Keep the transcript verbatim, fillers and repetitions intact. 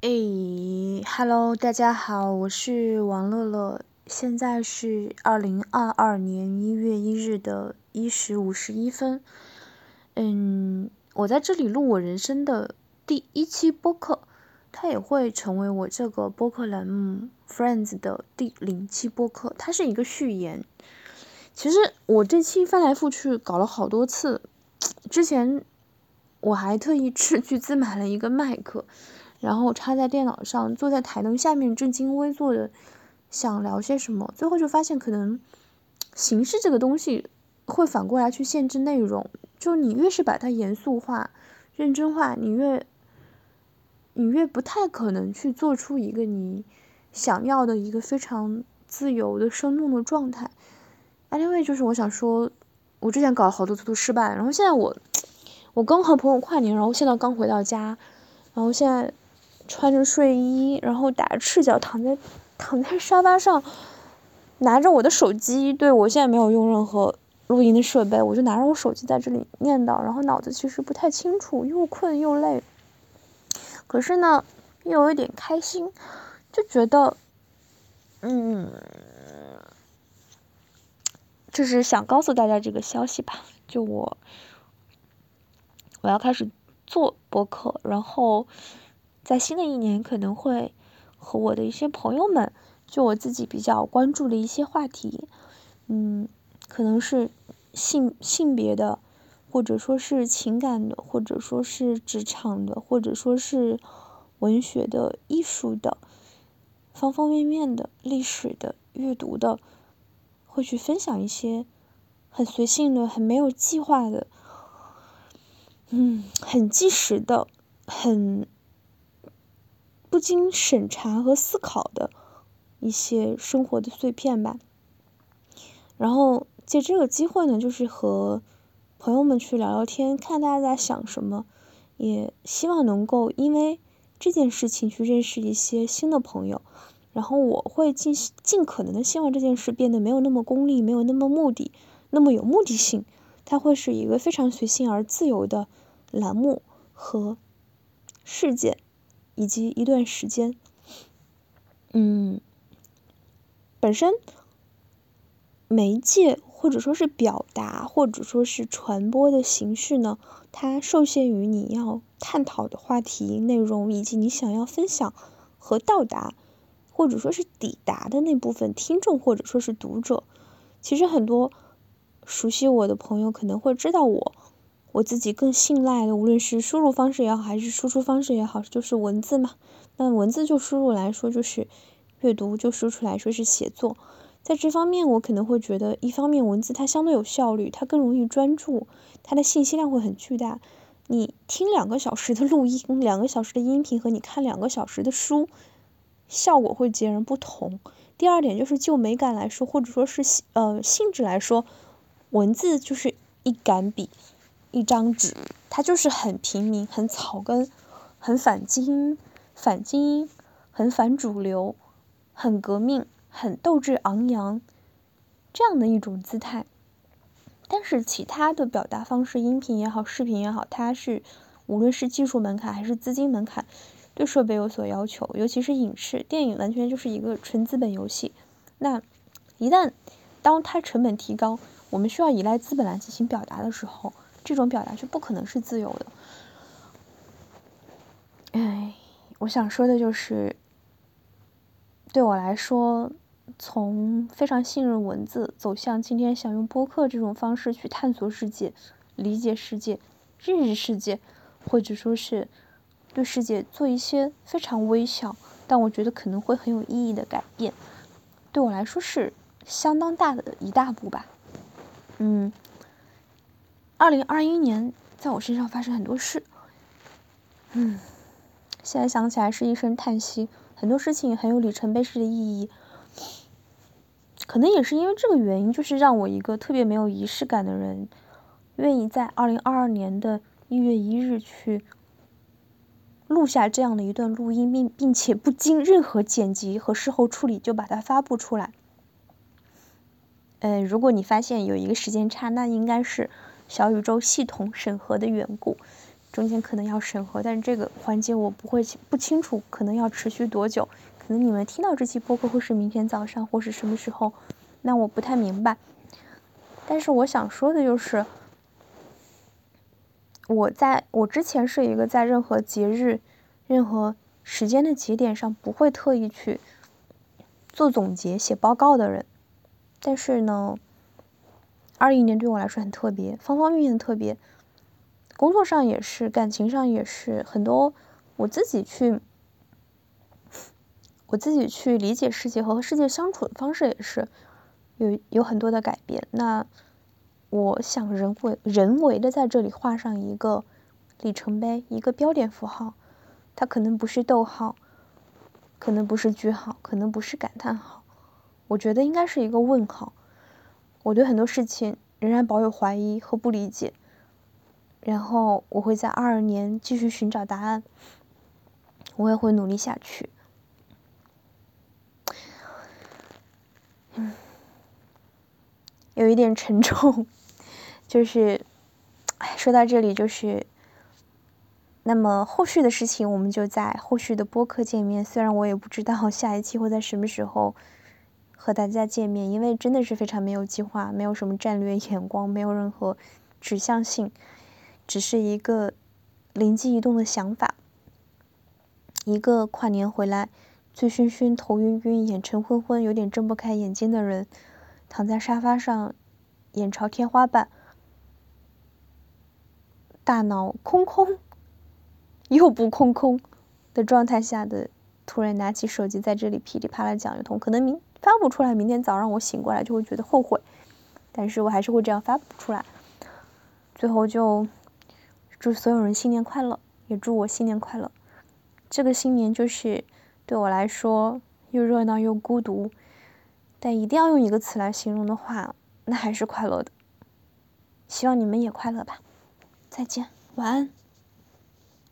诶，Hello，大家好，我是王乐乐，现在是二零二二年一月一日的一时五十一分。嗯，我在这里录我人生的第一期播客，它也会成为我这个播客栏目 Friends 的第零期播客，它是一个序言。其实我这期翻来覆去搞了好多次，之前我还特意斥巨资买了一个麦克。然后插在电脑上，坐在台灯下面正襟危坐的想聊些什么，最后就发现可能形式这个东西会反过来去限制内容，就你越是把它严肃化、认真化，你越你越不太可能去做出一个你想要的一个非常自由的生动的状态。Anyway， 就是我想说，我之前搞了好多次都失败了，然后现在我我刚和朋友跨年，然后现在刚回到家，然后现在穿着睡衣，然后打着赤脚躺在躺在沙发上，拿着我的手机。对，我现在没有用任何录音的设备，我就拿着我手机在这里念叨，然后脑子其实不太清楚，又困又累，可是呢又有一点开心，就觉得嗯就是想告诉大家这个消息吧，就我我要开始做播客，然后在新的一年可能会和我的一些朋友们，就我自己比较关注的一些话题，嗯，可能是性性别的，或者说是情感的，或者说是职场的，或者说是文学的、艺术的，方方面面的、历史的、阅读的，会去分享一些很随性的、很没有计划的。嗯，很即时的，很不经审查和思考的一些生活的碎片吧。然后借这个机会呢，就是和朋友们去聊聊天，看大家在想什么，也希望能够因为这件事情去认识一些新的朋友。然后我会尽尽可能的希望这件事变得没有那么功利，没有那么目的，那么有目的性。它会是一个非常随性而自由的栏目和事件，以及一段时间。嗯，本身媒介或者说是表达或者说是传播的形式呢，它受限于你要探讨的话题内容，以及你想要分享和到达或者说是抵达的那部分听众或者说是读者。其实很多熟悉我的朋友可能会知道我我自己更信赖的，无论是输入方式也好还是输出方式也好，就是文字嘛。那文字就输入来说就是阅读，就输出来说是写作。在这方面我可能会觉得，一方面文字它相对有效率，它更容易专注，它的信息量会很巨大。你听两个小时的录音，两个小时的音频和你看两个小时的书，效果会截然不同。第二点就是就美感来说，或者说是呃性质来说，文字就是一杆笔一张纸，它就是很平民，很草根，很反精英反精英很反主流，很革命，很斗志昂扬，这样的一种姿态。但是其他的表达方式，音频也好，视频也好，它是无论是技术门槛还是资金门槛，对设备有所要求，尤其是影视电影完全就是一个纯资本游戏。那一旦当它成本提高，我们需要依赖资本来进行表达的时候，这种表达就不可能是自由的。哎，我想说的就是对我来说，从非常信任文字走向今天想用播客这种方式去探索世界、理解世界、认识世界，或者说是对世界做一些非常微小但我觉得可能会很有意义的改变，对我来说是相当大的一大步吧。嗯，二零二一年在我身上发生很多事，嗯，现在想起来是一声叹息。很多事情很有里程碑式的意义，可能也是因为这个原因，就是让我一个特别没有仪式感的人，愿意在二零二二年的一月一日去录下这样的一段录音，并并且不经任何剪辑和事后处理就把它发布出来。呃，如果你发现有一个时间差，那应该是小宇宙系统审核的缘故。 中间可能要审核，但是这个环节我不会不清楚，可能要持续多久，可能你们听到这期播客会是明天早上或是什么时候，那我不太明白。但是我想说的就是，我在我之前是一个在任何节日、任何时间的节点上不会特意去做总结、写报告的人。但是呢，二一年对我来说很特别，方方面面特别，工作上也是，感情上也是，很多我自己去，我自己去理解世界和和世界相处的方式也是有有很多的改变。那我想人为人为的在这里画上一个里程碑，一个标点符号，它可能不是逗号，可能不是句号，可能不是感叹号，我觉得应该是一个问号。我对很多事情仍然保有怀疑和不理解，然后我会在二二年继续寻找答案，我也会努力下去。嗯，有一点沉重，就是，哎，说到这里就是，那么后续的事情我们就在后续的播客见面。虽然我也不知道下一期会在什么时候和大家见面，因为真的是非常没有计划，没有什么战略眼光，没有任何指向性，只是一个灵机一动的想法。一个跨年回来醉醺醺、头晕晕、眼沉昏昏、有点睁不开眼睛的人，躺在沙发上，眼朝天花板，大脑空空又不空空的状态下的，突然拿起手机在这里噼里啪啦讲一通，可能明发布出来，明天早上我醒过来就会觉得后悔，但是我还是会这样发布出来。最后就祝所有人新年快乐，也祝我新年快乐。这个新年就是对我来说又热闹又孤独，但一定要用一个词来形容的话，那还是快乐的。希望你们也快乐吧。再见，晚安。